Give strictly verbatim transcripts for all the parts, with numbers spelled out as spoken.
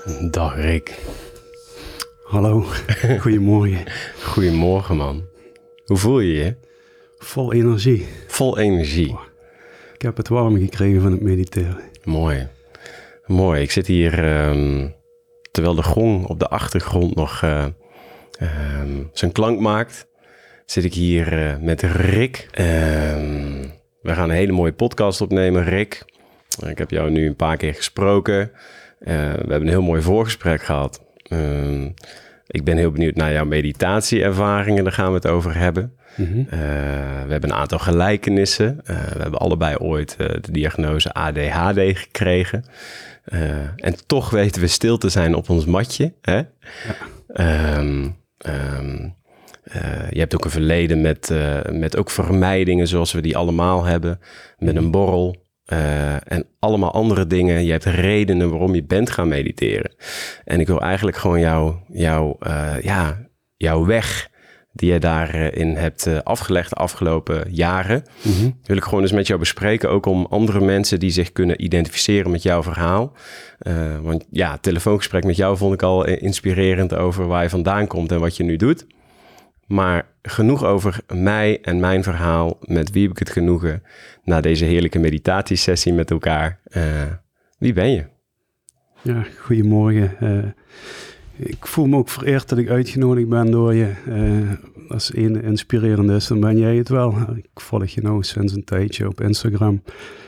Dag Rick. Hallo, goedemorgen. Goedemorgen man. Hoe voel je je? Vol energie. Vol energie. Oh, ik heb het warm gekregen van het mediteren. Mooi. Mooi. Ik zit hier, um, terwijl de gong op de achtergrond nog uh, um, zijn klank maakt, zit ik hier uh, met Rick. Um, we gaan een hele mooie podcast opnemen, Rick. Ik heb jou nu een paar keer gesproken. Uh, we hebben een heel mooi voorgesprek gehad. Um, ik ben heel benieuwd naar jouw meditatieervaringen. Daar gaan we het over hebben. Mm-hmm. Uh, we hebben een aantal gelijkenissen. Uh, we hebben allebei ooit uh, de diagnose A D H D gekregen. Uh, en toch weten we stil te zijn op ons matje. Hè? Ja. Um, um, uh, je hebt ook een verleden met, uh, met ook vermijdingen zoals we die allemaal hebben. Met een borrel. Uh, en allemaal andere dingen. Je hebt redenen waarom je bent gaan mediteren. En ik wil eigenlijk gewoon jou, jou, uh, ja, jouw weg die je daarin hebt uh, afgelegd de afgelopen jaren, mm-hmm. wil ik gewoon eens met jou bespreken. Ook om andere mensen die zich kunnen identificeren met jouw verhaal. Uh, want ja, het telefoongesprek met jou vond ik al inspirerend over waar je vandaan komt en wat je nu doet. Maar genoeg over mij en mijn verhaal. Met wie heb ik het genoegen na deze heerlijke meditatiesessie met elkaar? Uh, wie ben je? Ja, goedemorgen. Uh, ik voel me ook vereerd dat ik uitgenodigd ben door je. Uh, als één inspirerend is, dan ben jij het wel. Ik volg je nou sinds een tijdje op Instagram.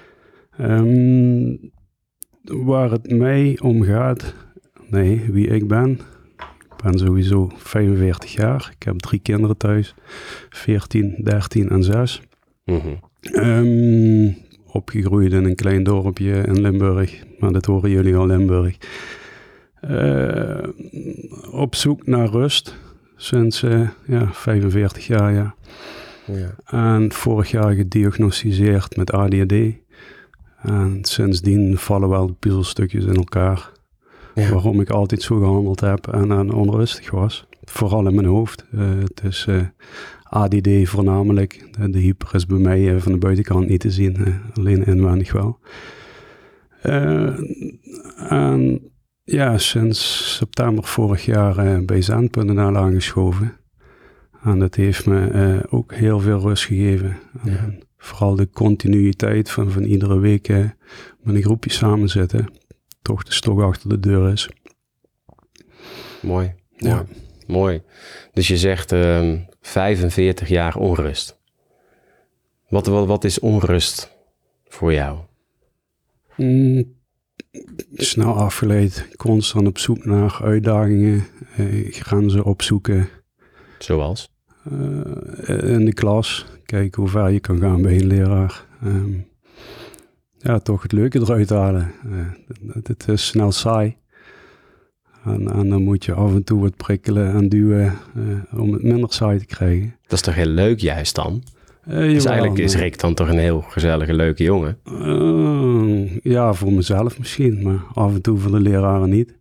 Um, waar het mij om gaat, nee, wie ik ben... Ik ben sowieso vijfenveertig jaar. Ik heb drie kinderen thuis. veertien, dertien en zes. Mm-hmm. Um, opgegroeid in een klein dorpje in Limburg. Maar dat horen jullie al, Limburg. Uh, op zoek naar rust. Sinds uh, ja, vijfenveertig jaar, ja. ja. En vorig jaar gediagnosticeerd met A D H D. En sindsdien vallen wel de puzzelstukjes in elkaar. Ja. Waarom ik altijd zo gehandeld heb en, en onrustig was. Vooral in mijn hoofd. Uh, het is uh, A D D voornamelijk. De, de hyper is bij mij uh, van de buitenkant niet te zien. Uh, alleen inwendig wel. Uh, en ja, sinds september vorig jaar uh, bij zen punt n l aangeschoven. En dat heeft me uh, ook heel veel rust gegeven. Ja. En vooral de continuïteit van, van iedere week uh, met een groepje samen zitten. Toch de stok achter de deur is. Mooi. Ja. Mooi. Mooi. Dus je zegt um, vijfenveertig jaar onrust. Wat, wat, wat is onrust voor jou? Mm, snel afgeleid. Constant op zoek naar uitdagingen. Uh, grenzen opzoeken. Zoals? Uh, in de klas. Kijken hoe ver je kan gaan bij een leraar. Um, Ja, toch het leuke eruit halen. Uh, het is snel saai. En, en dan moet je af en toe wat prikkelen en duwen uh, om het minder saai te krijgen. Dat is toch heel leuk juist dan? Uh, dus jawel, eigenlijk is Rick dan toch een heel gezellige, leuke jongen? Uh, ja, voor mezelf misschien, maar af en toe voor de leraren niet.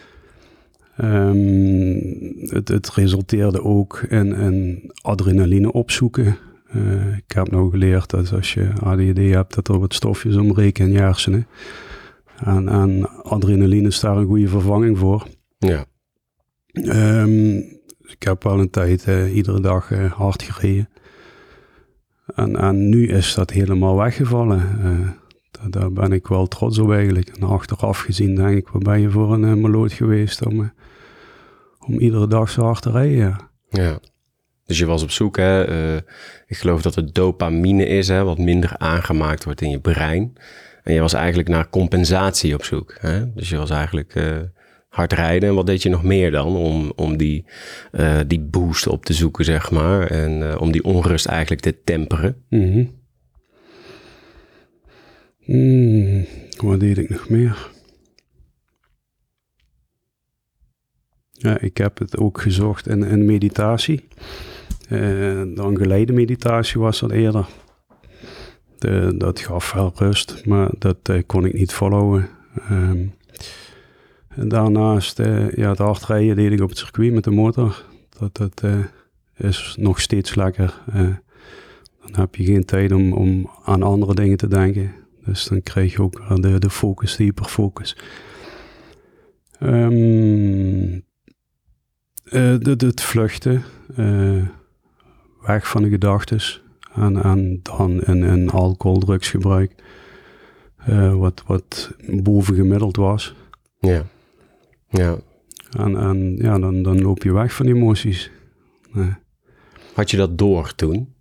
Um, het, het resulteerde ook in, in adrenaline opzoeken. Uh, ik heb nou geleerd dat als je A D H D hebt, dat er wat stofjes ombreken in je hersenen. En, en adrenaline is daar een goede vervanging voor. Ja. Um, ik heb wel een tijd uh, iedere dag uh, hard gereden. En, en nu is dat helemaal weggevallen. Uh, daar, daar ben ik wel trots op eigenlijk. En achteraf gezien denk ik, waar ben je voor een uh, meloot geweest om, uh, om iedere dag zo hard te rijden. Ja. Ja. Dus je was op zoek, hè? Uh, ik geloof dat het dopamine is, hè, wat minder aangemaakt wordt in je brein. En je was eigenlijk naar compensatie op zoek. Hè? Dus je was eigenlijk uh, hard rijden. En wat deed je nog meer dan om, om die, uh, die boost op te zoeken, zeg maar. En uh, om die onrust eigenlijk te temperen? Mm-hmm. Mm, wat deed ik nog meer? Ja, ik heb het ook gezocht in, in meditatie. Uh, dan geleide meditatie was dat eerder. De, dat gaf wel rust, maar dat uh, kon ik niet volhouden. Um, en daarnaast, uh, ja, het hardrijden deed ik op het circuit met de motor. Dat, dat uh, is nog steeds lekker. Uh, dan heb je geen tijd om, om aan andere dingen te denken. Dus dan krijg je ook de, de focus, de hyperfocus. Um, uh, het vluchten, uh, weg van de gedachtes en, en dan in, in alcohol, drugsgebruik, uh, wat, wat bovengemiddeld was. Ja, ja. En, en ja, dan, dan loop je weg van die emoties. Nee. Had je dat door toen?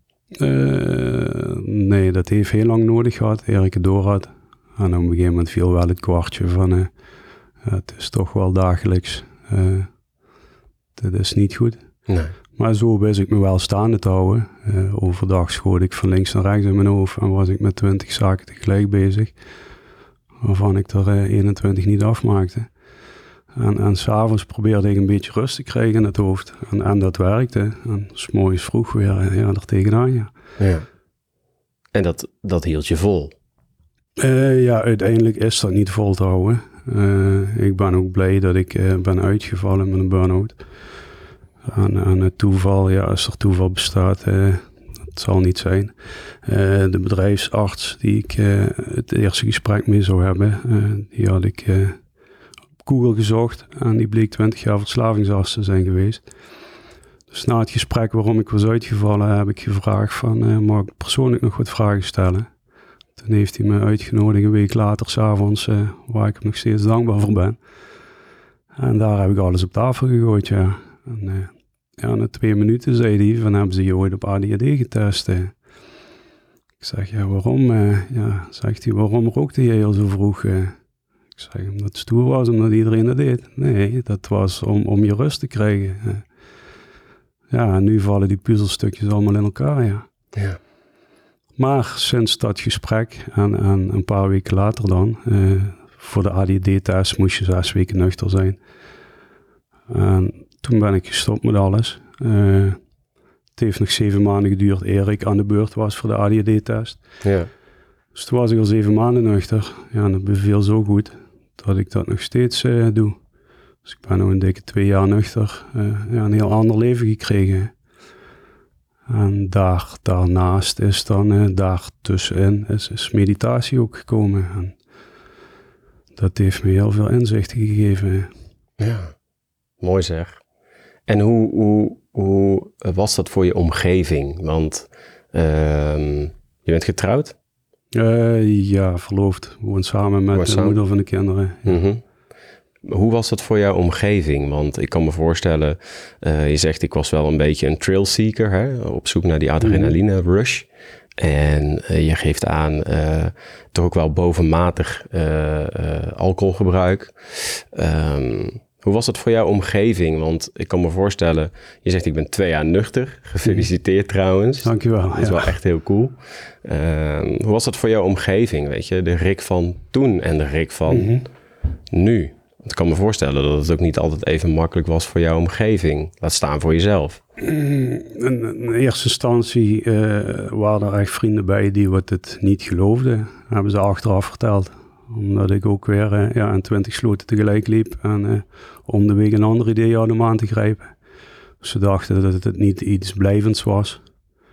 Uh, nee, dat heeft heel lang nodig gehad, eer ik het door had. En op een gegeven moment viel wel het kwartje van, uh, het is toch wel dagelijks. Uh, dat is niet goed. Nee. Maar zo wist ik me wel staande te houden. Uh, overdag schoot ik van links naar rechts in mijn hoofd en was ik met twintig zaken tegelijk bezig. Waarvan ik er uh, eenentwintig niet afmaakte. En, en s'avonds probeerde ik een beetje rust te krijgen in het hoofd. En, en dat werkte. En 's morgens vroeg weer ja, er tegenaan. Ja. Ja. En dat, dat hield je vol? Uh, ja, uiteindelijk is dat niet vol te houden. Uh, ik ben ook blij dat ik uh, ben uitgevallen met een burn-out. En, en het toeval, ja, als er toeval bestaat, uh, dat zal niet zijn. Uh, de bedrijfsarts die ik uh, het eerste gesprek mee zou hebben, uh, die had ik uh, op Google gezocht en die bleek twintig jaar verslavingsarts te zijn geweest. Dus na het gesprek waarom ik was uitgevallen, heb ik gevraagd van, uh, mag ik persoonlijk nog wat vragen stellen? Toen heeft hij me uitgenodigd een week later, 's avonds, uh, waar ik hem nog steeds dankbaar voor ben. En daar heb ik alles op tafel gegooid, ja. En, uh, ja, na twee minuten zei hij, van hebben ze je ooit op A D H D getest? Uh. Ik zeg, ja, waarom? Uh, ja, zegt hij, waarom rookte jij al zo vroeg? Uh. Ik zeg, omdat het stoer was, omdat iedereen dat deed. Nee, dat was om, om je rust te krijgen. Uh. Ja, en nu vallen die puzzelstukjes allemaal in elkaar, ja. Ja. Maar sinds dat gesprek en, en een paar weken later dan, uh, voor de A D H D-test moest je zes weken nuchter zijn. En toen ben ik gestopt met alles. Uh, het heeft nog zeven maanden geduurd eer ik aan de beurt was voor de A D H D-test. Ja. Dus toen was ik al zeven maanden nuchter. Ja, en dat beviel zo goed dat ik dat nog steeds uh, doe. Dus ik ben nu een dikke twee jaar nuchter. Uh, ja, een heel ander leven gekregen. En daar, daarnaast is dan, uh, daartussenin is, is meditatie ook gekomen. En dat heeft me heel veel inzichten gegeven. Ja, mooi zeg. En hoe, hoe, hoe was dat voor je omgeving? Want uh, je bent getrouwd? Uh, ja, verloofd. We wonen samen met de moeder van de kinderen. Ja. Mm-hmm. Hoe was dat voor jouw omgeving? Want ik kan me voorstellen, uh, je zegt ik was wel een beetje een trail seeker, hè? Op zoek naar die adrenaline rush. En uh, je geeft aan uh, toch ook wel bovenmatig uh, uh, alcoholgebruik. Um, hoe was dat voor jouw omgeving? Want ik kan me voorstellen, je zegt ik ben twee jaar nuchter. Gefeliciteerd trouwens. Dankjewel. Dat is ja. wel echt heel cool. Um, hoe was dat voor jouw omgeving? Weet je, de Rick van toen en de Rick van mm-hmm. nu. Ik kan me voorstellen dat het ook niet altijd even makkelijk was voor jouw omgeving. Laat staan voor jezelf. In, in eerste instantie uh, waren er echt vrienden bij die wat het niet geloofden. Hebben ze achteraf verteld. Omdat ik ook weer uh, ja, aan twintig sloten tegelijk liep. En uh, om de week een ander idee hadden om aan te grijpen. Ze dachten dat het niet iets blijvends was.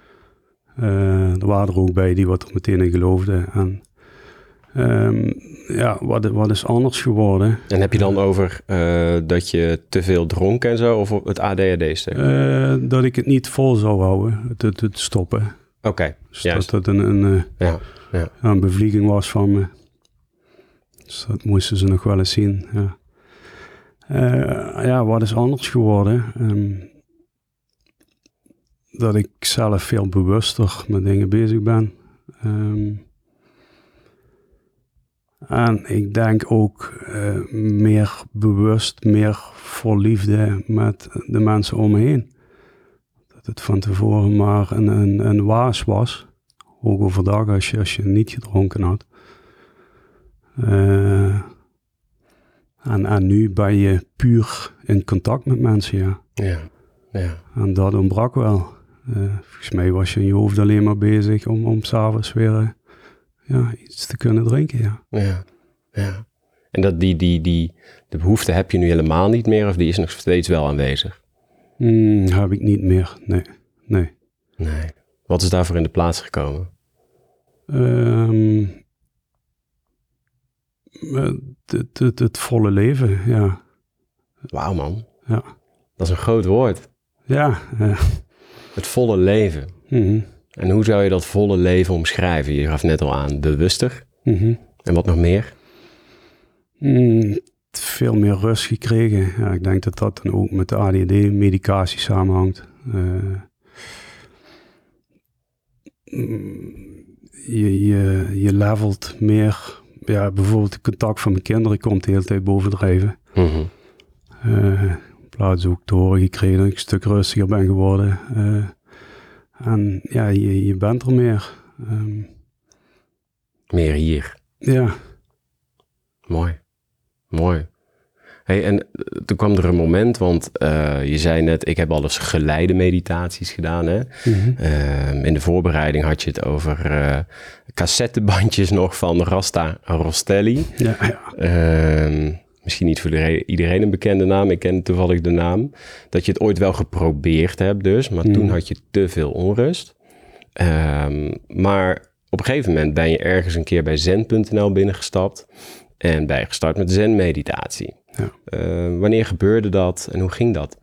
Uh, er waren er ook bij die wat er meteen in geloofden. En Um, ja, wat, wat is anders geworden? En heb je dan over uh, dat je te veel dronk en zo, of het A D H D-stuk? Uh, dat ik het niet vol zou houden, het, het, het stoppen. Oké, okay, dus juist. Dat het een, een, uh, ja, ja. een bevlieging was van me. Dus dat moesten ze nog wel eens zien, ja. Uh, ja, wat is anders geworden? Um, dat ik zelf veel bewuster met dingen bezig ben. Um, En ik denk ook uh, meer bewust, meer voor liefde met de mensen om me heen. Dat het van tevoren maar een, een, een waas was. Ook overdag als je, als je niet gedronken had. Uh, en, en nu ben je puur in contact met mensen, ja. Ja, ja. En dat ontbrak wel. Uh, volgens mij was je in je hoofd alleen maar bezig om, om 's avonds weer... Uh, Ja, iets te kunnen drinken, ja. Ja, ja. En dat die, die, die, de behoefte heb je nu helemaal niet meer, of die is nog steeds wel aanwezig? Mm, heb ik niet meer, nee, nee. Nee. Wat is daarvoor in de plaats gekomen? Um, het, het, het volle leven, ja. Wauw, man. Ja. Dat is een groot woord. Ja. Uh. Het volle leven. Mm-hmm. En hoe zou je dat volle leven omschrijven? Je gaf net al aan, bewuster. Mm-hmm. En wat nog meer? Mm, veel meer rust gekregen. Ja, ik denk dat dat dan ook met de A D H D-medicatie samenhangt. Uh, je, je, je levelt meer. Ja, bijvoorbeeld het contact van mijn kinderen komt de hele tijd bovendrijven. Mm-hmm. Uh, in plaats ook te horen gekregen dat ik een stuk rustiger ben geworden. Uh, en ja, je, je bent er meer. Um, meer hier. Ja. Mooi. Mooi. Hey, en toen kwam er een moment, want uh, je zei net, ik heb al eens geleide meditaties gedaan. Hè? Mm-hmm. Uh, in de voorbereiding had je het over uh, cassettebandjes nog van Rasta Rostelli. Ja, ja. Uh, misschien niet voor de, iedereen een bekende naam, ik ken toevallig de naam. Dat je het ooit wel geprobeerd hebt dus, maar mm. toen had je te veel onrust. Uh, maar op een gegeven moment ben je ergens een keer bij zen punt n l binnengestapt en ben je gestart met zen-meditatie. Ja. Uh, wanneer gebeurde dat en hoe ging dat?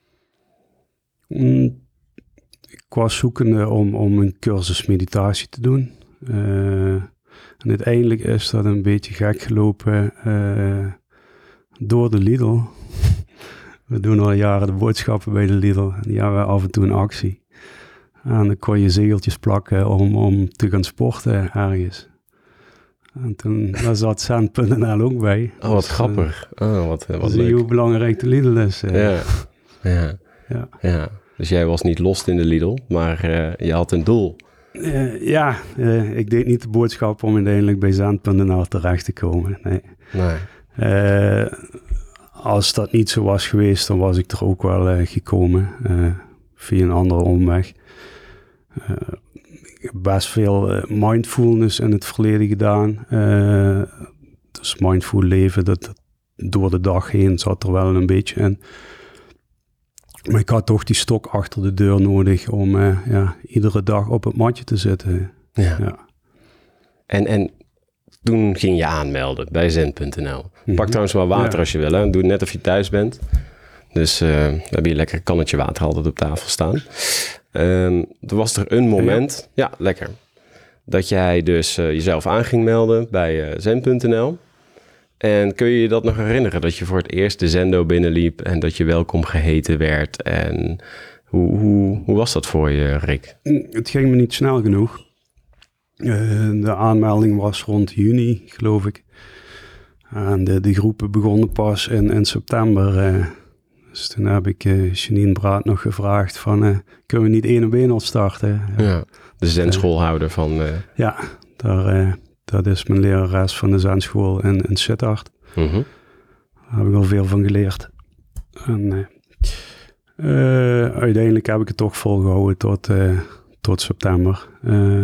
Mm, ik was zoekende om, om een cursus meditatie te doen. Uh, en uiteindelijk is dat een beetje gek gelopen uh, door de Lidl. We doen al jaren de boodschappen bij de Lidl. En die hebben af en toe een actie. En dan kon je zegeltjes plakken om, om te gaan sporten ergens. En toen daar zat zen punt n l ook bij. Oh, wat dus, grappig. Oh, wat, wat zie leuk. je hoe belangrijk de Lidl is. Uh. Ja. Ja. Ja. Ja. Dus jij was niet lost in de Lidl, maar uh, je had een doel. Uh, ja, uh, ik deed niet de boodschap om uiteindelijk bij zen punt n l terecht te komen. Nee. Nee. Uh, als dat niet zo was geweest, dan was ik er ook wel uh, gekomen. Uh, via een andere omweg. Uh, ik heb best veel uh, mindfulness in het verleden gedaan. Uh, dus mindful leven, dat, dat door de dag heen zat er wel een beetje in. Maar ik had toch die stok achter de deur nodig om uh, ja, iedere dag op het matje te zitten. Ja. Ja. En, en toen ging je aanmelden bij zen punt n l. Mm-hmm. Pak trouwens wel water ja. als je wil. Hè? Doe net of je thuis bent. Dus uh, we hebben hier lekker een kannetje water altijd op tafel staan. Um, er was er een moment, ja, ja lekker, dat jij dus uh, jezelf aan ging melden bij uh, zen punt n l. En kun je je dat nog herinneren, dat je voor het eerst de Zendo binnenliep en dat je welkom geheten werd? En hoe, hoe, hoe was dat voor je, Rick? Het ging me niet snel genoeg. Uh, de aanmelding was rond juni, geloof ik. En de, de groepen begonnen pas in, in september. Uh, dus toen heb ik uh, Janine Braat nog gevraagd van, uh, kunnen we niet één op één al starten? Ja, ja, de zenschoolhouder van... Uh... Ja, daar, uh, dat is mijn lerares van de zenschool in, in Sittard. Mm-hmm. Daar heb ik al veel van geleerd. En uh, uh, uiteindelijk heb ik het toch volgehouden tot, uh, tot september. Uh,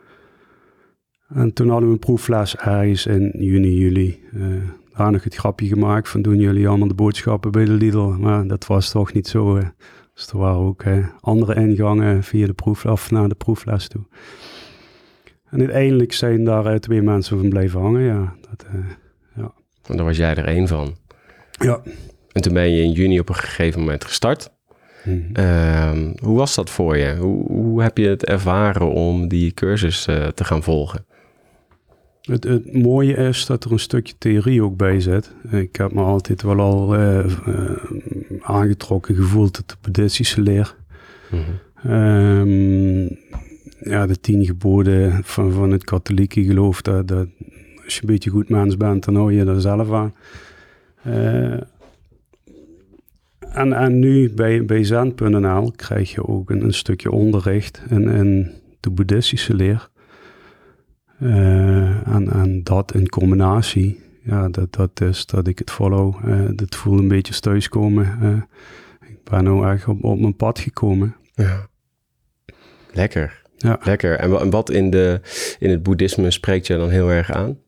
en toen hadden we een proefles ergens in juni, juli. Uh, daar nog het grapje gemaakt van doen jullie allemaal de boodschappen bij de Lidl. Maar dat was toch niet zo. Uh, dus er waren ook uh, andere ingangen via de proefles of naar de proefles toe. En uiteindelijk zijn daar uh, twee mensen van blijven hangen. Ja, dat, uh, ja. En daar was jij er één van. Ja. En toen ben je in juni op een gegeven moment gestart. Mm-hmm. Uh, hoe was dat voor je? Hoe, hoe heb je het ervaren om die cursus uh, te gaan volgen? Het, het mooie is dat er een stukje theorie ook bij zit. Ik heb me altijd wel al uh, uh, aangetrokken gevoeld tot de boeddhistische leer. Mm-hmm. Um, ja, de tien geboden van, van het katholieke geloof, dat, dat als je een beetje goed mens bent, dan hou je er zelf aan. Uh, en, en nu bij, bij zen punt n l krijg je ook een, een stukje onderricht in, in de boeddhistische leer. Uh, en, en dat in combinatie, ja, dat, dat is dat ik het follow. Uh, dat voelt een beetje thuiskomen. Uh, ik ben nou echt op, op mijn pad gekomen. Ja. Lekker. Ja. Lekker. En wat in, de, in het boeddhisme spreekt je dan heel erg aan?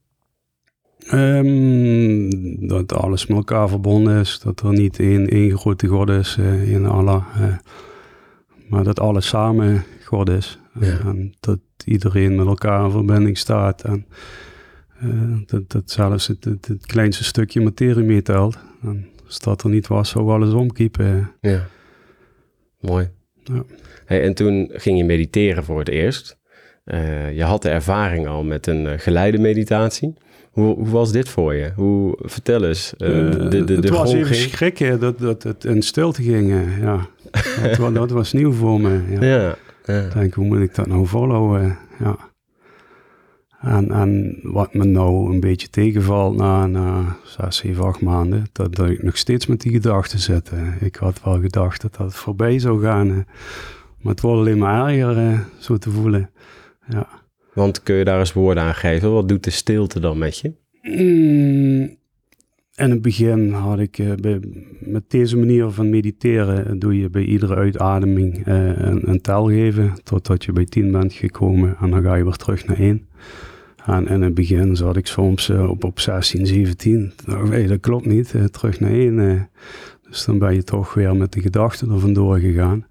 Um, dat alles met elkaar verbonden is. Dat er niet één, één grote God is uh, in Allah. Uh, maar dat alles samen God is. Ja. En dat iedereen met elkaar in verbinding staat. En uh, dat, dat zelfs het, het, het kleinste stukje materie meetelt. En Als dat er niet was, zou alles omkiepen. Ja, mooi. Ja. Hey, en toen ging je mediteren voor het eerst. Uh, je had de ervaring al met een uh, geleide meditatie. Hoe, hoe was dit voor je? Hoe, vertel eens. Uh, de, de, de het was even ging... schrikken dat, dat het in stilte ging. Ja. dat, dat was nieuw voor me. Ja. Ja, ja. Ik denk, hoe moet ik dat nou volhouden? Ja. En, en wat me nou een beetje tegenvalt na, na zes, zeven, acht maanden, dat, dat ik nog steeds met die gedachten zit. Ik had wel gedacht dat dat voorbij zou gaan. Maar het wordt alleen maar erger zo te voelen. Ja. Want kun je daar eens woorden aan geven? Wat doet de stilte dan met je? Mm, in het begin had ik uh, bij, met deze manier van mediteren doe je bij iedere uitademing uh, een, een tel geven totdat je bij tien bent gekomen en dan ga je weer terug naar één. En in het begin zat ik soms uh, op, op zestien, zeventien. Dacht, hey, dat klopt niet, uh, terug naar één. Uh, dus dan ben je toch weer met de gedachten er vandoor gegaan.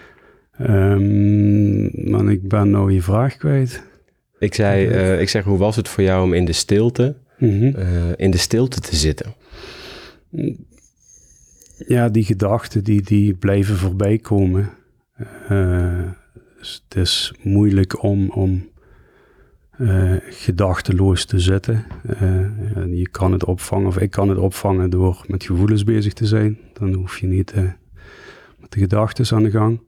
Um, maar ik ben nou je vraag kwijt. Ik zei, uh, ik zeg, hoe was het voor jou om in de stilte, mm-hmm. uh, in de stilte te zitten? Ja, die gedachten die, die blijven voorbij komen. Uh, dus het is moeilijk om, om uh, gedachteloos te zitten. Uh, je kan het opvangen, of ik kan het opvangen door met gevoelens bezig te zijn. Dan hoef je niet uh, met de gedachten aan de gang.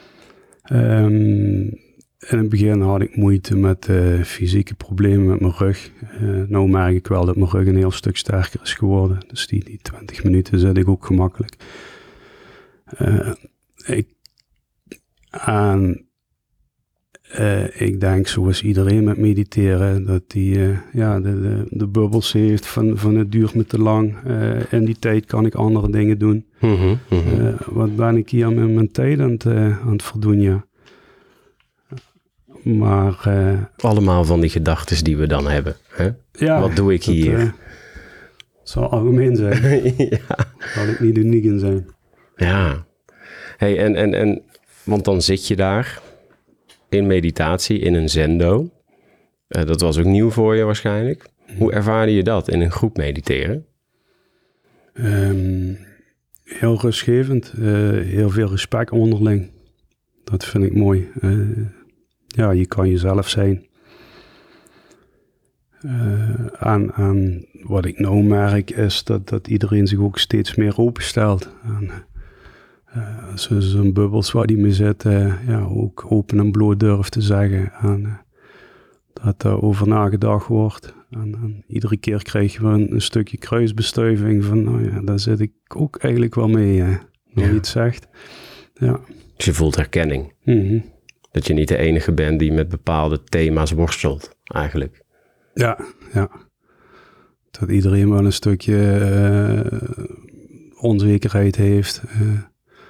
Um, in het begin had ik moeite met uh, fysieke problemen met mijn rug. Uh, nou merk ik wel dat mijn rug een heel stuk sterker is geworden. Dus die, die twintig minuten zit ik ook gemakkelijk. Uh, ik, en uh, ik denk zoals iedereen met mediteren, dat die uh, ja, de, de, de bubbels heeft van, van het duurt me te lang. Uh, in die tijd kan ik andere dingen doen. Mm-hmm, mm-hmm. Uh, wat ben ik hier met mijn tijd aan het, uh, aan het verdoen, ja. Maar, uh, allemaal van die gedachten die we dan hebben. Hè? Ja, wat doe ik dat, hier? Uh, het zal algemeen zijn. Ja. Zal ik niet uniek in zijn. Ja. Hey, en, en, en, want dan zit je daar in meditatie, in een zendo. Uh, dat was ook nieuw voor je waarschijnlijk. Hoe ervaarde je dat in een groep mediteren? Um, heel rustgevend. Uh, heel veel respect onderling. Dat vind ik mooi. Uh, Ja, je kan jezelf zijn. Uh, en, en wat ik nou merk is dat, dat iedereen zich ook steeds meer openstelt. En, uh, zo, zo'n bubbels waar die mee zit, uh, ja, ook open en bloot durft te zeggen. En uh, dat er over nagedacht wordt. En, en iedere keer krijg je weer een, een stukje kruisbestuiving van, nou ja, daar zit ik ook eigenlijk wel mee, uh, nog ja. iets zegt. Ja. Dus je voelt herkenning. Mm-hmm. Dat je niet de enige bent die met bepaalde thema's worstelt, eigenlijk. Ja, ja. Dat iedereen wel een stukje uh, onzekerheid heeft. Uh,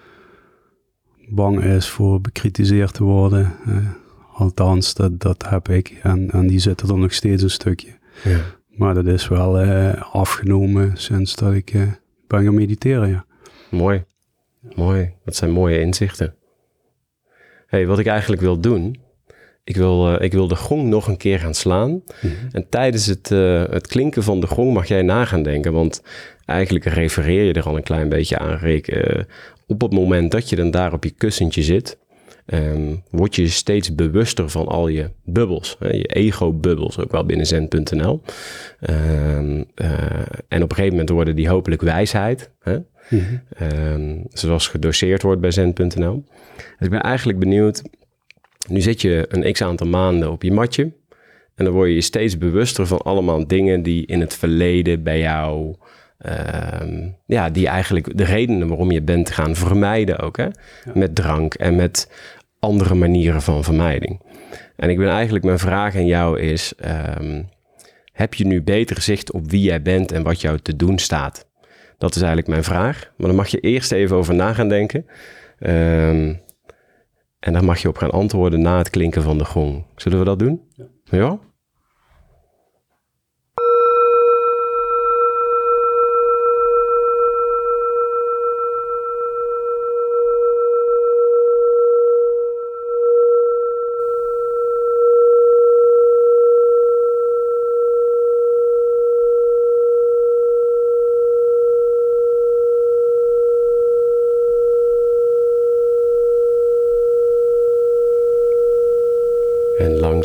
bang is voor bekritiseerd te worden. Uh, althans, dat, dat heb ik. En, en die zitten er nog steeds een stukje. Ja. Maar dat is wel uh, afgenomen sinds dat ik uh, ben gaan mediteren, ja. Mooi. Mooi. Dat zijn mooie inzichten. Hey, wat ik eigenlijk wil doen, ik wil, uh, ik wil de gong nog een keer gaan slaan. Mm-hmm. En tijdens het, uh, het klinken van de gong mag jij na gaan denken. Want eigenlijk refereer je er al een klein beetje aan, Rick. Uh, op het moment dat je dan daar op je kussentje zit, um, word je steeds bewuster van al je bubbels. Hè, je ego-bubbels, ook wel binnen zen punt n l. Um, uh, en op een gegeven moment worden die hopelijk wijsheid. Hè? Mm-hmm. Um, zoals gedoseerd wordt bij zen punt n l. Dus ik ben eigenlijk benieuwd, nu zit je een x-aantal maanden op je matje en dan word je je steeds bewuster van allemaal dingen die in het verleden bij jou, um, ja, die eigenlijk de redenen waarom je bent gaan vermijden ook, hè? Ja. Met drank en met andere manieren van vermijding. En ik ben eigenlijk, mijn vraag aan jou is, um, heb je nu beter zicht op wie jij bent en wat jou te doen staat? Dat is eigenlijk mijn vraag, maar dan mag je eerst even over na gaan denken. Um, En daar mag je op gaan antwoorden na het klinken van de gong. Zullen we dat doen? Ja. Ja?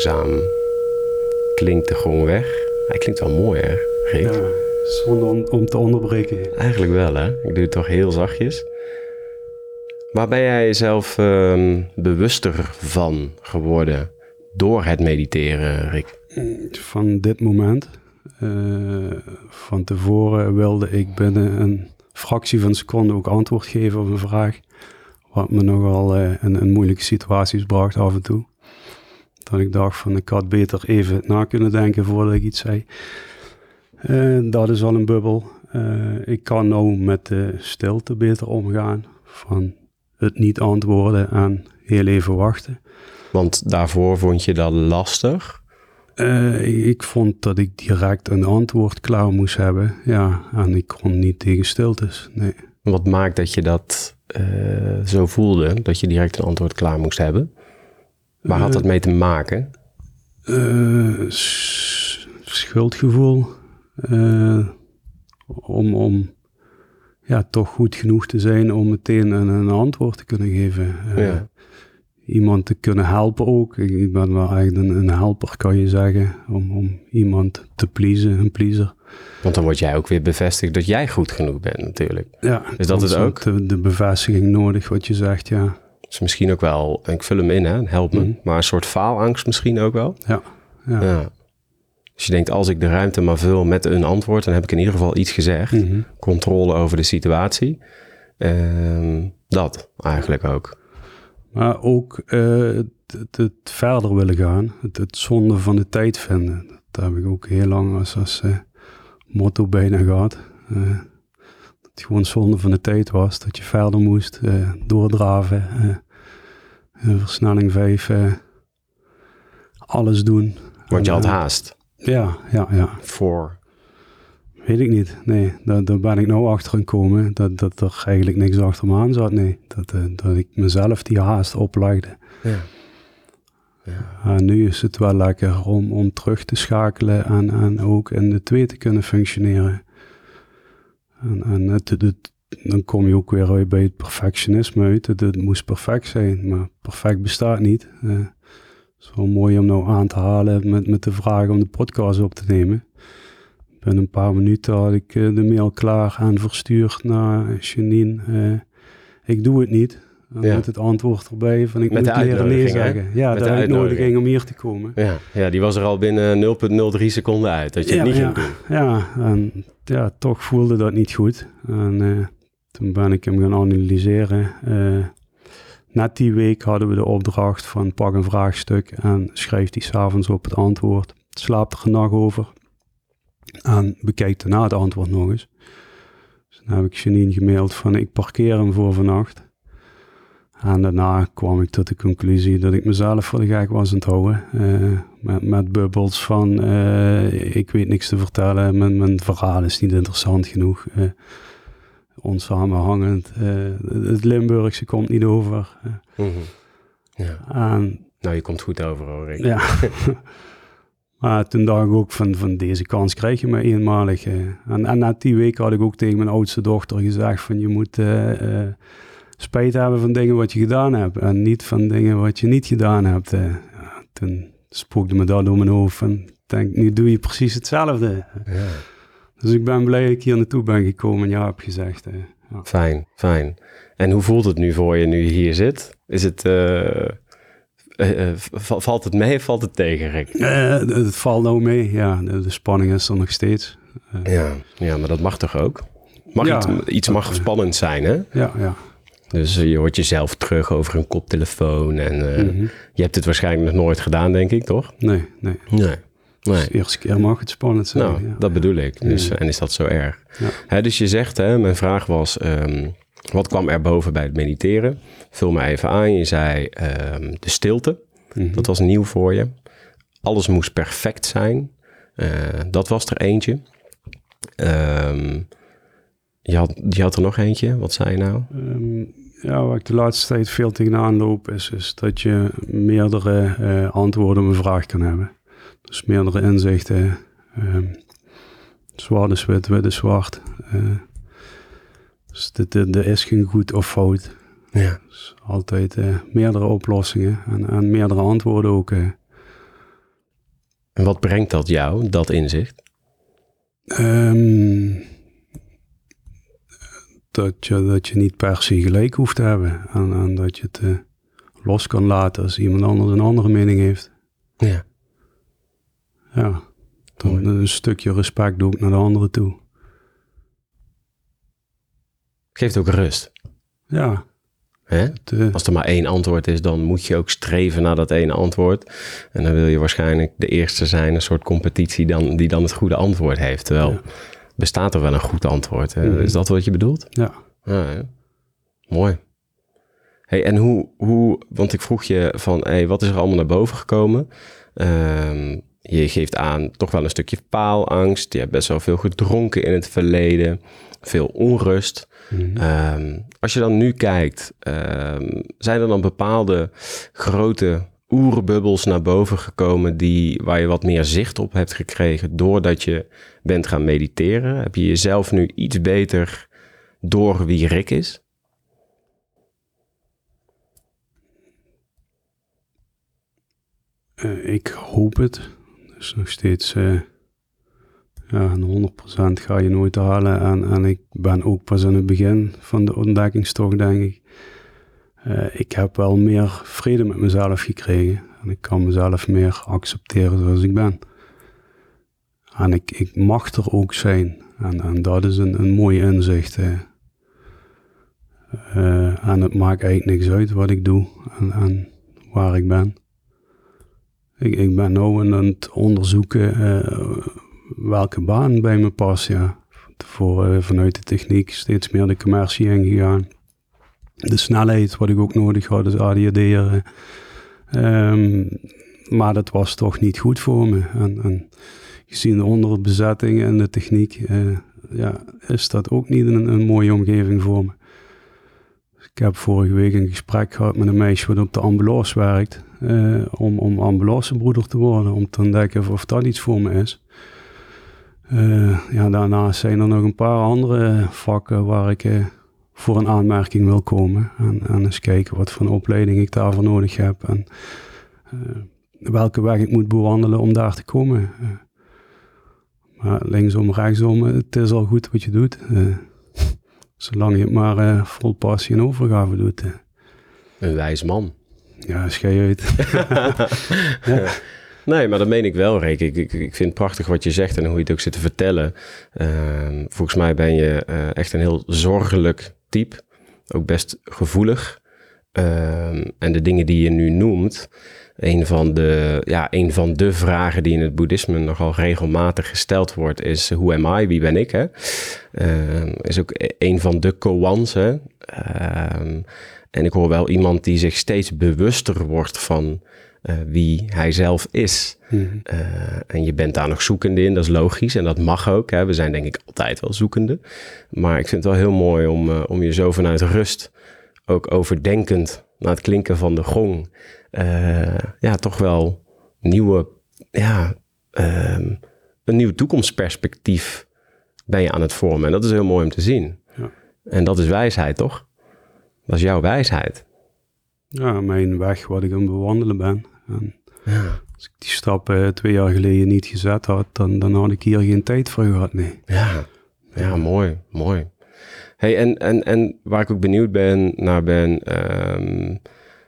langzaam klinkt de gong weg. Hij klinkt wel mooi, hè, Rick? Ja, zonder om, om te onderbreken. Eigenlijk wel, hè? Ik doe het toch heel zachtjes. Waar ben jij jezelf uh, bewuster van geworden door het mediteren, Rick? Van dit moment. Uh, van tevoren wilde ik binnen een fractie van een seconde ook antwoord geven op een vraag. Wat me nogal uh, in, in moeilijke situaties bracht af en toe. Dat ik dacht van ik had beter even na kunnen denken voordat ik iets zei. Uh, dat is al een bubbel. Uh, ik kan nou met de stilte beter omgaan. Van het niet antwoorden en heel even wachten. Want daarvoor vond je dat lastig? Uh, ik vond dat ik direct een antwoord klaar moest hebben. Ja, en ik kon niet tegen stiltes, nee. Wat maakt dat je dat uh, zo voelde, dat je direct een antwoord klaar moest hebben? Waar had dat mee te maken? Uh, s- schuldgevoel. Uh, om, om ja, toch goed genoeg te zijn om meteen een, een antwoord te kunnen geven. Uh, ja. Iemand te kunnen helpen ook. Ik, ik ben wel echt een, een helper, kan je zeggen. Om, om iemand te pleasen, een pleaser. Want dan word jij ook weer bevestigd dat jij goed genoeg bent natuurlijk. Ja, is dat het ook? De, de bevestiging nodig, wat je zegt, ja. Dus misschien ook wel, ik vul hem in, hè, help me. Mm. Maar een soort faalangst misschien ook wel. Ja, ja. ja. Dus je denkt, als ik de ruimte maar vul met een antwoord, dan heb ik in ieder geval iets gezegd. Mm-hmm. Controle over de situatie. Um, dat eigenlijk ook. Maar ook uh, het, het, het verder willen gaan. Het, het zonde van de tijd vinden. Dat heb ik ook heel lang als, als uh, motto bijna gehad. Uh, dat het gewoon zonde van de tijd was. Dat je verder moest uh, doordraven. Uh, uh, versnelling vijf. Uh, alles doen. Want je had haast. Ja, ja, ja. Voor? Weet ik niet. Nee, daar, daar ben ik nou achter gekomen. Dat, dat er eigenlijk niks achter me aan zat. Nee, dat, uh, dat ik mezelf die haast oplegde. Ja. Ja. En nu is het wel lekker om, om terug te schakelen en, en ook in de twee te kunnen functioneren. En, en het, het, het, dan kom je ook weer uit bij het perfectionisme uit. Het, het moest perfect zijn, maar perfect bestaat niet. Uh, het is wel mooi om nou aan te halen met, met de vraag om de podcast op te nemen. Binnen een paar minuten had ik uh, de mail klaar en verstuurd naar Janine. Uh, ik doe het niet. Ja. Met het antwoord erbij van ik met moet leren nee zeggen. Ja, met de, de uitnodiging om hier te komen. Ja, ja, die was er al binnen nul komma nul drie seconden uit, dat je ja, het niet ja, ging doen. Ja, en ja, toch voelde dat niet goed. En uh, toen ben ik hem gaan analyseren. Uh, net die week hadden we de opdracht van pak een vraagstuk en schrijf die 's avonds op het antwoord. Slaap er een nacht over en bekijk daarna het antwoord nog eens. Dus dan heb ik Janine gemaild van ik parkeer hem voor vannacht. En daarna kwam ik tot de conclusie dat ik mezelf voor de gek was aan het houden. Uh, met, met bubbels van, uh, ik weet niks te vertellen, mijn, mijn verhaal is niet interessant genoeg. Uh, onsamenhangend, uh, het Limburgse komt niet over. Uh, mm-hmm. Ja. En, nou, je komt goed over hoor, Rick. Ja. Maar toen dacht ik ook van, van deze kans krijg je maar eenmalig. Uh. En, en net die week had ik ook tegen mijn oudste dochter gezegd van je moet... Uh, uh, spijt hebben van dingen wat je gedaan hebt en niet van dingen wat je niet gedaan hebt. Uh, ja, toen spookte me dat door mijn hoofd en denk, nu doe je precies hetzelfde. Ja. Dus ik ben blij dat ik hier naartoe ben gekomen en ja heb gezegd. Uh, ja. Fijn, fijn. En hoe voelt het nu voor je nu je hier zit? Is het, uh, uh, uh, valt het mee of valt het tegen, Rick? Uh, het valt nou mee, ja. De, de spanning is er nog steeds. Uh, ja, ja, maar dat mag toch ook? Mag ja, iets, iets mag uh, spannend zijn, hè? Ja, ja. Dus uh, je hoort jezelf terug over een koptelefoon en uh, mm-hmm. je hebt het waarschijnlijk nog nooit gedaan, denk ik, toch? Nee, nee. Nee. Nee. Dus de eerste keer mag het spannend zijn. Nou, ja. dat bedoel ik. Dus, ja. En is dat zo erg? Ja. Hè, dus je zegt, hè, mijn vraag was, um, wat kwam er boven bij het mediteren? Vul me even aan. Je zei um, de stilte. Mm-hmm. Dat was nieuw voor je. Alles moest perfect zijn. Uh, dat was er eentje. Um, je, had, je had er nog eentje. Wat zei je nou? Um, ja, waar ik de laatste tijd veel tegenaan loop, is, is dat je meerdere uh, antwoorden op een vraag kan hebben. Dus meerdere inzichten. Um, zwart is wit, wit is zwart. Uh, dus er is geen goed of fout. Ja. Dus altijd uh, meerdere oplossingen en, en meerdere antwoorden ook. Uh. En wat brengt dat jou, dat inzicht? Um, dat, je, dat je niet per se gelijk hoeft te hebben. En, en dat je het uh, los kan laten als iemand anders een andere mening heeft. Ja. Ja, dan Mooi. Een stukje respect ook naar de anderen toe. Geeft ook rust. Ja. Hè? Het, uh, Als er maar één antwoord is, dan moet je ook streven naar dat ene antwoord. En dan wil je waarschijnlijk de eerste zijn, een soort competitie dan, die dan het goede antwoord heeft. Terwijl, ja. bestaat er wel een goed antwoord? Mm-hmm. Is dat wat je bedoelt? Ja. Ah, ja. Mooi. Hey, en hoe, hoe, want ik vroeg je van, hey, wat is er allemaal naar boven gekomen? Um, je geeft aan toch wel een stukje faalangst. Je hebt best wel veel gedronken in het verleden. Veel onrust. Mm-hmm. Um, als je dan nu kijkt, um, zijn er dan bepaalde grote oerbubbels naar boven gekomen die, waar je wat meer zicht op hebt gekregen doordat je bent gaan mediteren? Heb je jezelf nu iets beter door wie Rick is? Uh, ik hoop het. Dus nog steeds... Uh... Ja, honderd procent ga je nooit halen. En, en ik ben ook pas aan het begin van de ontdekkingstocht, denk ik. Uh, ik heb wel meer vrede met mezelf gekregen. En ik kan mezelf meer accepteren zoals ik ben. En ik, ik mag er ook zijn. En, en dat is een, een mooi inzicht. Uh, uh, en het maakt eigenlijk niks uit wat ik doe en, en waar ik ben. Ik, ik ben nu aan het onderzoeken... Uh, welke baan bij me past, ja. Voor, uh, vanuit de techniek steeds meer de commercie ingegaan. De snelheid, wat ik ook nodig had, is A D H D'er. Um, maar dat was toch niet goed voor me. En, en gezien de onderbezetting en de techniek, uh, ja, is dat ook niet een, een mooie omgeving voor me. Ik heb vorige week een gesprek gehad met een meisje wat op de ambulance werkt. Uh, om, om ambulancebroeder te worden, om te ontdekken of, of dat iets voor me is. Uh, ja, daarnaast zijn er nog een paar andere vakken waar ik uh, voor een aanmerking wil komen. En, en eens kijken wat voor een opleiding ik daarvoor nodig heb. En uh, welke weg ik moet bewandelen om daar te komen. Uh, maar linksom, rechtsom, het is al goed wat je doet. Uh, zolang je het maar uh, vol passie en overgave doet. Uh. Een wijs man. Ja, schei uit. Ja. Nee, maar dat meen ik wel, Rick. Ik, ik, ik vind het prachtig wat je zegt en hoe je het ook zit te vertellen. Uh, volgens mij ben je uh, echt een heel zorgelijk type. Ook best gevoelig. Uh, en de dingen die je nu noemt, een van, de, ja, een van de vragen die in het boeddhisme nogal regelmatig gesteld wordt, is who am I? Wie ben ik? Hè? Uh, is ook een van de koans. Hè? Uh, en ik hoor wel iemand die zich steeds bewuster wordt van Uh, wie hij zelf is. Mm-hmm. Uh, en je bent daar nog zoekende in, dat is logisch en dat mag ook. Hè. We zijn denk ik altijd wel zoekende. Maar ik vind het wel heel mooi om, uh, om je zo vanuit rust, ook overdenkend naar het klinken van de gong, uh, ja, toch wel nieuwe, ja, uh, een nieuw toekomstperspectief ben je aan het vormen. En dat is heel mooi om te zien. Ja. En dat is wijsheid, toch? Dat is jouw wijsheid. Ja, mijn weg wat ik aan het bewandelen ben. En ja. Als ik die stap uh, twee jaar geleden niet gezet had, dan, dan had ik hier geen tijd voor gehad, nee. Ja, ja, mooi, mooi. Hey, en, en, en waar ik ook benieuwd ben, naar ben, um,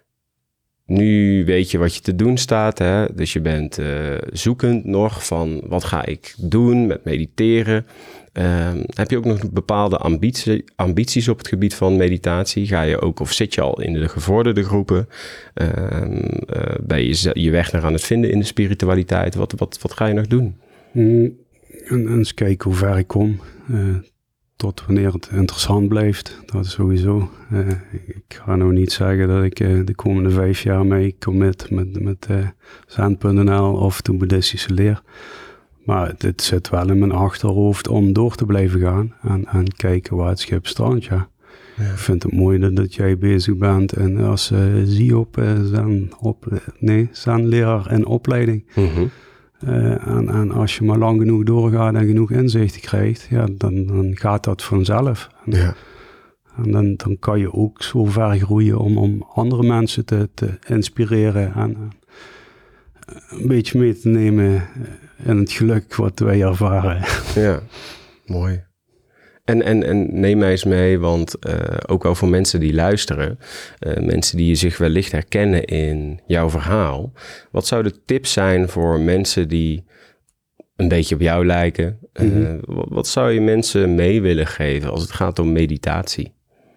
nu weet je wat je te doen staat, hè? Dus je bent uh, zoekend nog van wat ga ik doen met mediteren. Um, heb je ook nog bepaalde ambitie, ambities op het gebied van meditatie? Ga je ook, of zit je al in de gevorderde groepen? Um, uh, ben je je weg naar aan het vinden in de spiritualiteit? Wat, wat, wat ga je nog doen? Mm, en, en eens kijken hoe ver ik kom. Uh, tot wanneer het interessant blijft. Dat is sowieso. Uh, ik ga nou niet zeggen dat ik uh, de komende vijf jaar mee commit met, met uh, zen punt n l of de boeddhistische leer. Maar het, het zit wel in mijn achterhoofd om door te blijven gaan en, en kijken waar het schip strandt, ja. Ja. Ik vind het mooi dat, dat jij bezig bent en als uh, zie op, uh, zen, op nee, zenleraar en opleiding. Mm-hmm. Uh, en, en als je maar lang genoeg doorgaat en genoeg inzichten krijgt, ja, dan, dan gaat dat vanzelf. En, ja. en dan, dan kan je ook zo ver groeien om, om andere mensen te, te inspireren en, een beetje mee te nemen in het geluk wat wij ervaren. Ja, mooi. En, en, en neem mij eens mee, want uh, ook wel voor mensen die luisteren, uh, mensen die zich wellicht herkennen in jouw verhaal. Wat zouden tips zijn voor mensen die een beetje op jou lijken? Mm-hmm. Uh, wat, wat zou je mensen mee willen geven als het gaat om meditatie?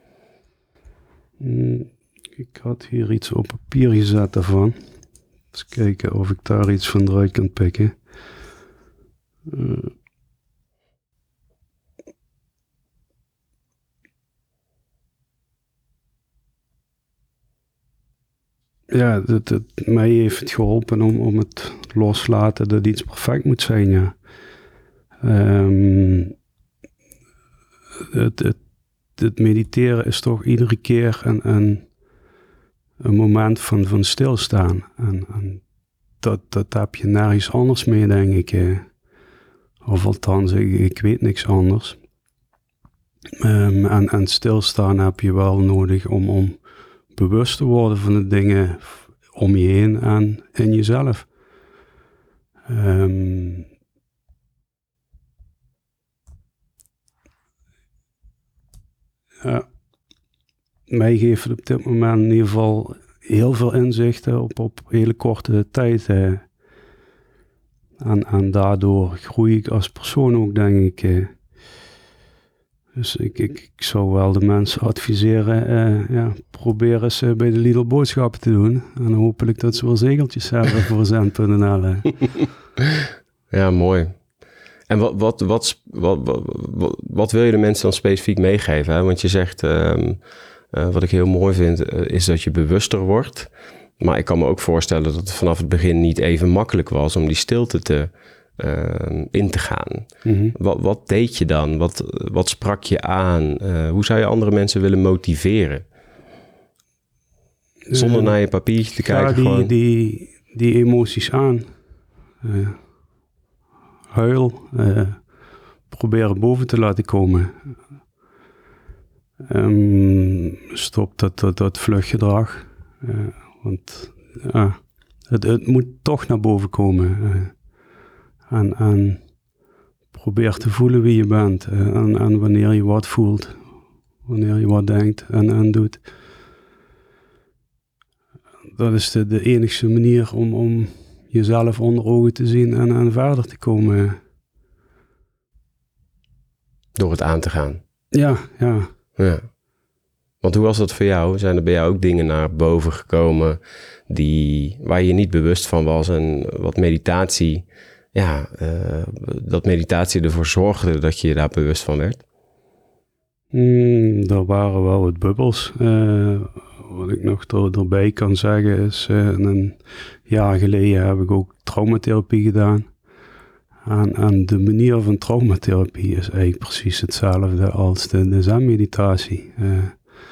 Mm, ik had hier iets op papier gezet daarvan. Eens kijken of ik daar iets van eruit kan pikken. Uh, Ja, dat, dat, mij heeft het geholpen om, om het loslaten dat iets perfect moet zijn, ja. Um, het, het, het mediteren is toch iedere keer een, een, een moment van, van stilstaan. En, en dat, dat heb je nergens anders mee, denk ik. Eh. Of althans, ik, ik weet niks anders. Um, en, en stilstaan heb je wel nodig om... om bewust te worden van de dingen om je heen en in jezelf. Um, ja, mij geeft het op dit moment in ieder geval heel veel inzichten op, op hele korte tijd. Eh. En, en daardoor groei ik als persoon ook, denk ik. Eh. Dus ik, ik, ik zou wel de mensen adviseren, uh, ja, probeer eens uh, bij de Lidl boodschappen te doen. En hopelijk dat ze wel zegeltjes hebben voor zend punt n l. Ja, mooi. En wat, wat, wat, wat, wat, wat wil je de mensen dan specifiek meegeven? Hè? Want je zegt, um, uh, wat ik heel mooi vind, uh, is dat je bewuster wordt. Maar ik kan me ook voorstellen dat het vanaf het begin niet even makkelijk was om die stilte te... Uh, in te gaan. Mm-hmm. Wat, wat deed je dan? Wat, wat sprak je aan? Uh, hoe zou je andere mensen willen motiveren? Zonder uh, naar je papiertje te kijken. Die, gewoon. Die, die emoties aan. Uh, huil. Uh, proberen boven te laten komen. Um, stop dat, dat, dat vluchtgedrag. Uh, want uh, het, het moet toch naar boven komen. Uh, En, en probeer te voelen wie je bent. En, en wanneer je wat voelt. Wanneer je wat denkt en, en doet. Dat is de, de enigste manier om, om jezelf onder ogen te zien en, en verder te komen. Door het aan te gaan. Ja, ja. Ja. Want hoe was dat voor jou? Zijn er bij jou ook dingen naar boven gekomen die, waar je niet bewust van was en wat meditatie... Ja, uh, dat meditatie ervoor zorgde dat je je daar bewust van werd? Mm, er waren wel wat bubbels. Uh, wat ik nog er, erbij kan zeggen is... Uh, een jaar geleden heb ik ook traumatherapie gedaan. En, en de manier van traumatherapie is eigenlijk precies hetzelfde als de, de zen-meditatie. Uh,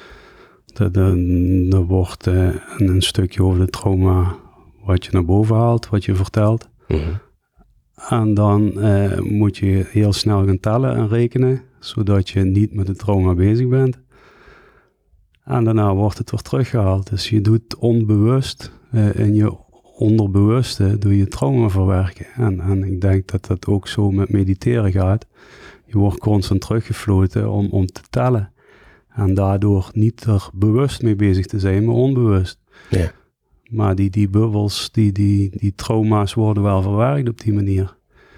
er wordt uh, een, een stukje over de trauma wat je naar boven haalt, wat je vertelt. Mm-hmm. En dan uh, moet je heel snel gaan tellen en rekenen, zodat je niet met het trauma bezig bent. En daarna wordt het weer teruggehaald. Dus je doet onbewust, uh, in je onderbewuste, doe je trauma verwerken. En, en ik denk dat dat ook zo met mediteren gaat. Je wordt constant teruggefloten om, om te tellen. En daardoor niet er bewust mee bezig te zijn, maar onbewust. Ja. Maar die, die bubbels, die, die, die trauma's worden wel verwerkt op die manier.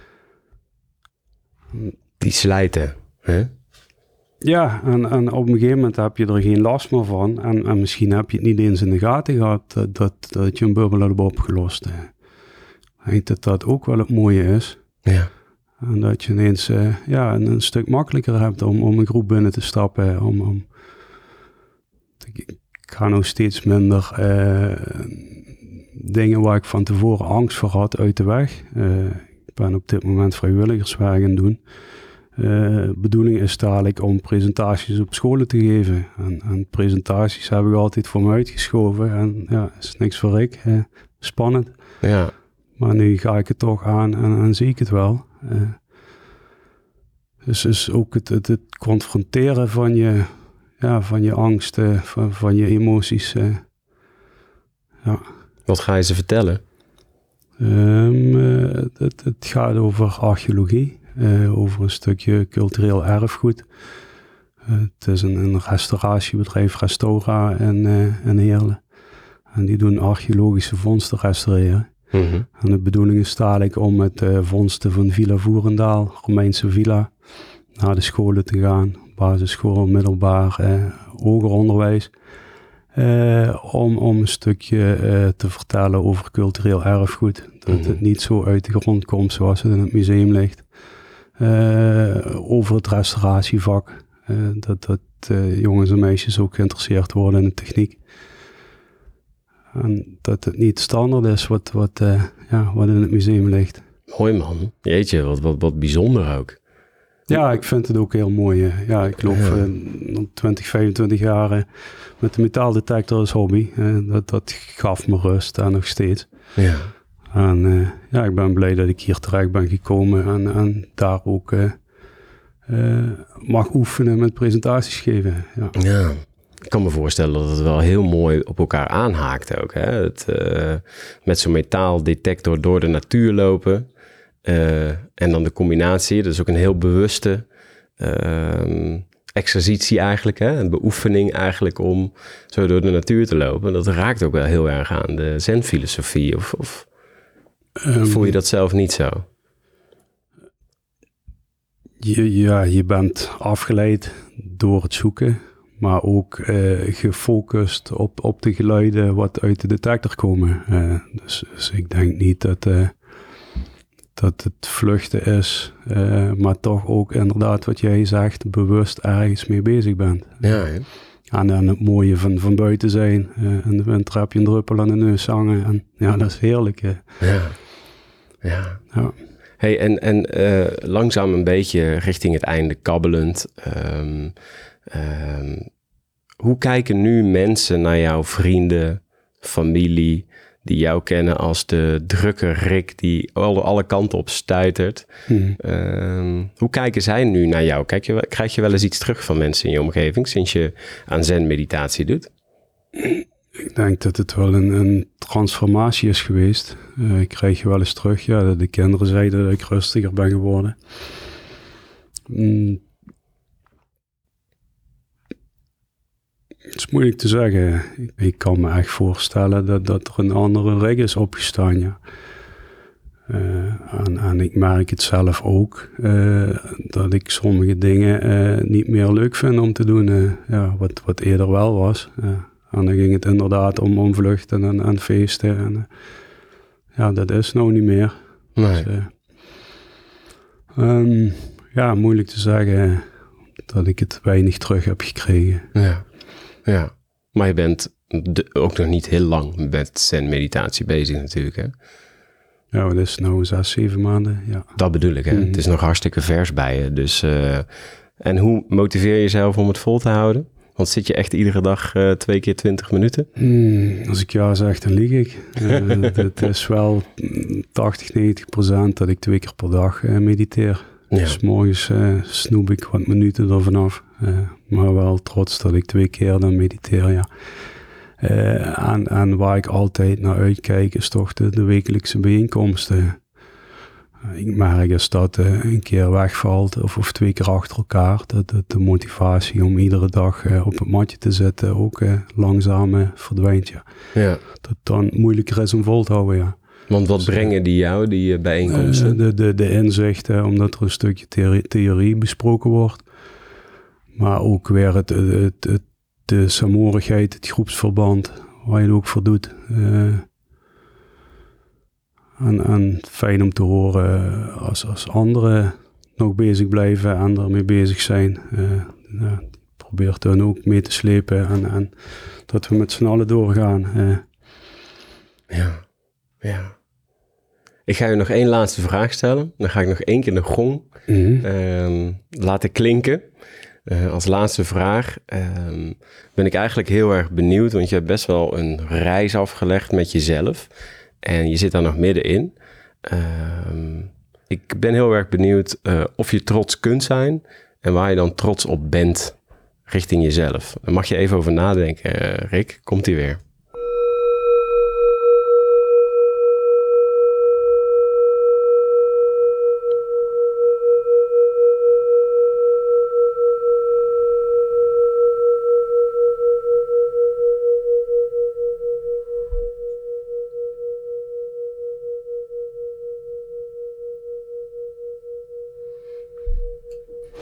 Die slijten, hè? Ja, en, en op een gegeven moment heb je er geen last meer van. En, en misschien heb je het niet eens in de gaten gehad dat, dat, dat je een bubbel hebt opgelost. Ik denk dat dat ook wel het mooie is. Ja. En dat je ineens uh, ja, een, een stuk makkelijker hebt om, om een groep binnen te stappen. Om, om, ik ga nog steeds minder uh, dingen waar ik van tevoren angst voor had uit de weg. Uh, ik ben op dit moment vrijwilligerswerk gaan doen. De uh, bedoeling is dadelijk om presentaties op scholen te geven. En, en presentaties heb ik altijd voor me uitgeschoven. En ja, is niks voor ik. Uh, spannend. Ja. Maar nu ga ik het toch aan en, en zie ik het wel. Uh, dus, dus ook het, het, het confronteren van je, ja, van je angsten, van, van je emoties. Uh, ja. Wat ga je ze vertellen? Um, uh, het, het gaat over archeologie, uh, over een stukje cultureel erfgoed. Uh, het is een, een restauratiebedrijf, Restora in, uh, in Heerlen. En die doen archeologische vondsten restaureren. Mm-hmm. En de bedoeling is dadelijk om met uh, vondsten van Villa Voerendaal, Romeinse villa, naar de scholen te gaan. Basisschool, middelbaar, uh, hoger onderwijs. Uh, om, om een stukje uh, te vertellen over cultureel erfgoed. Dat mm-hmm. het niet zo uit de grond komt zoals het in het museum ligt. Uh, over het restauratievak. Uh, dat dat uh, jongens en meisjes ook geïnteresseerd worden in de techniek. En dat het niet standaard is wat, wat, uh, ja, wat in het museum ligt. Mooi man. Jeetje, wat, wat, wat bijzonder ook. Ja, ik vind het ook heel mooi. Uh, ja, ik loop ja. uh, twintig, vijfentwintig jaar uh, met de metaaldetector als hobby. Uh, dat, dat gaf me rust en nog steeds. Ja. En uh, ja, ik ben blij dat ik hier terecht ben gekomen en, en daar ook uh, uh, mag oefenen met presentaties geven. Ja. ja. Ik kan me voorstellen dat het wel heel mooi op elkaar aanhaakt ook. Hè? Het, uh, met zo'n metaaldetector door de natuur lopen. Uh, en dan de combinatie. Dat is ook een heel bewuste uh, exercitie eigenlijk. Hè? Een beoefening eigenlijk om zo door de natuur te lopen. Dat raakt ook wel heel erg aan de zen-filosofie. Of, of um, voel je dat zelf niet zo? Je, ja, je bent afgeleid door het zoeken. Maar ook uh, gefocust op, op de geluiden wat uit de detector komen. Uh, dus, dus ik denk niet dat, uh, dat het vluchten is. Uh, maar toch ook inderdaad wat jij zegt, bewust ergens mee bezig bent. Ja, ja. En dan het mooie van, van buiten zijn. Uh, in de winter heb je een druppel aan de neus hangen. En ja, dat is heerlijk. Uh. Ja, ja. ja. Hey, en en uh, langzaam een beetje richting het einde kabbelend... Um, Um, hoe kijken nu mensen naar jouw vrienden, familie, die jou kennen als de drukke Rick die alle, alle kanten op stuitert? Hmm. Um, hoe kijken zij nu naar jou? Kijk je, krijg je wel eens iets terug van mensen in je omgeving sinds je aan zen-meditatie doet? Ik denk dat het wel een, een transformatie is geweest. Uh, ik krijg je wel eens terug, ja, dat de kinderen zeiden dat ik rustiger ben geworden. Mm. Het is moeilijk te zeggen. Ik, ik kan me echt voorstellen dat, dat er een andere Rick is opgestaan, ja. Uh, en, en ik merk het zelf ook, uh, dat ik sommige dingen uh, niet meer leuk vind om te doen, uh, ja, wat, wat eerder wel was. Uh, en dan ging het inderdaad om, om vluchten en, en feesten. En, uh, ja, dat is nou niet meer. Nee. Dus, uh, um, ja, moeilijk te zeggen dat ik het weinig terug heb gekregen. Ja. Ja, maar je bent de, ook nog niet heel lang met zen-meditatie bezig natuurlijk, hè? Ja, dat is nou zes, zeven maanden, ja. Dat bedoel ik, hè? Mm-hmm. Het is nog hartstikke vers bij je. Dus, uh, en hoe motiveer je jezelf om het vol te houden? Want zit je echt iedere dag uh, twee keer twintig minuten? Mm, als ik ja zeg, dan lieg ik. uh, het is wel tachtig, negentig procent dat ik twee keer per dag uh, mediteer. Ja. Dus morgens uh, snoep ik wat minuten ervan af. Uh, maar wel trots dat ik twee keer dan mediteer, ja. Uh, en, en waar ik altijd naar uitkijk is toch de, de wekelijkse bijeenkomsten. Uh, ik merk als dat uh, een keer wegvalt of, of twee keer achter elkaar. Dat, dat de motivatie om iedere dag uh, op het matje te zitten ook uh, langzaam uh, verdwijnt, ja. Ja. Dat het dan moeilijker is om vol te houden, ja. Want wat brengen die jou, die bijeenkomsten? Uh, de, de, de inzichten, omdat er een stukje theorie, theorie besproken wordt. Maar ook weer het, het, het, de saamhorigheid, het groepsverband, waar je het ook voor doet. Uh, en, en fijn om te horen als, als anderen nog bezig blijven en ermee bezig zijn. Uh, uh, probeer dan ook mee te slepen en, en dat we met z'n allen doorgaan. Uh. Ja, ja. Ik ga je nog één laatste vraag stellen. Dan ga ik nog één keer de gong mm-hmm. uh, laten klinken. Uh, als laatste vraag uh, ben ik eigenlijk heel erg benieuwd, want je hebt best wel een reis afgelegd met jezelf. En je zit daar nog middenin. Uh, ik ben heel erg benieuwd uh, of je trots kunt zijn en waar je dan trots op bent richting jezelf. Daar mag je even over nadenken, uh, Rick. Komt-ie weer.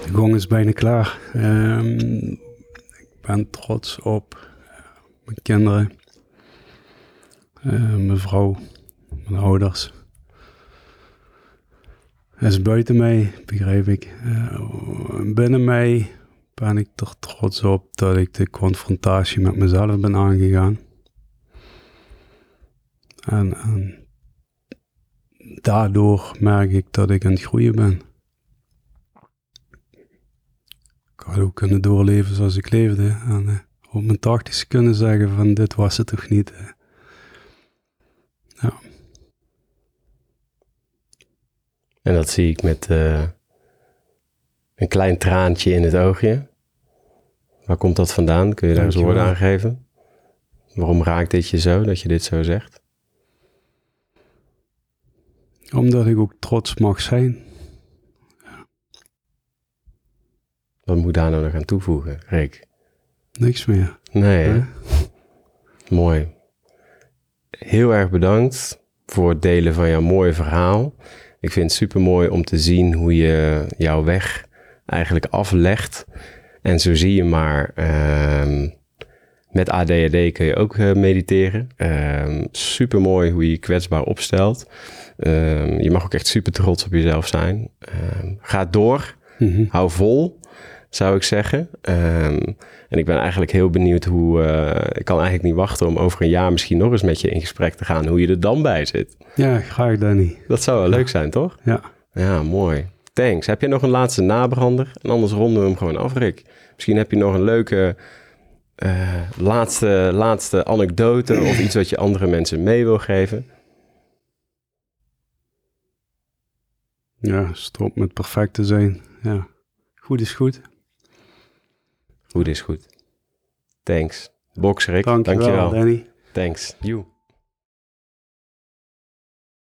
De gong is bijna klaar. Um, ik ben trots op mijn kinderen, uh, mijn vrouw, mijn ouders. Dat is buiten mij, begrijp ik. Uh, binnen mij ben ik er trots op dat ik de confrontatie met mezelf ben aangegaan. En, en daardoor merk ik dat ik aan het groeien ben. Ik had ook kunnen doorleven zoals ik leefde. En uh, op mijn tachtigste kunnen zeggen van dit was het toch niet. Uh. Ja. En dat zie ik met uh, een klein traantje in het oogje. Waar komt dat vandaan? Kun je daar eens woorden aan geven? Waarom raakt dit je zo, dat je dit zo zegt? Omdat ik ook trots mag zijn. Ja. Wat moet ik daar nou nog aan toevoegen, Rick? Niks meer. Nee, hè? Mooi. Heel erg bedankt voor het delen van jouw mooie verhaal. Ik vind het super mooi om te zien hoe je jouw weg eigenlijk aflegt. En zo zie je maar, uh, met A D H D kun je ook uh, mediteren. Uh, super mooi hoe je je kwetsbaar opstelt. Uh, je mag ook echt super trots op jezelf zijn. Uh, ga door, mm-hmm. Hou vol, zou ik zeggen. Uh, en ik ben eigenlijk heel benieuwd hoe... Uh, ik kan eigenlijk niet wachten om over een jaar misschien nog eens met je in gesprek te gaan. Hoe je er dan bij zit. Ja, graag Danny. Dat zou wel ja. leuk zijn, toch? Ja. Ja, mooi. Thanks. Heb je nog een laatste nabrander? En anders ronden we hem gewoon af, Rick. Misschien heb je nog een leuke uh, laatste, laatste anekdote of iets wat je andere mensen mee wil geven. Ja, stop met perfect te zijn. Ja, goed is goed. Goed is goed. Thanks. Box, Rick. Dankjewel, Dankjewel. Danny. Thanks. You.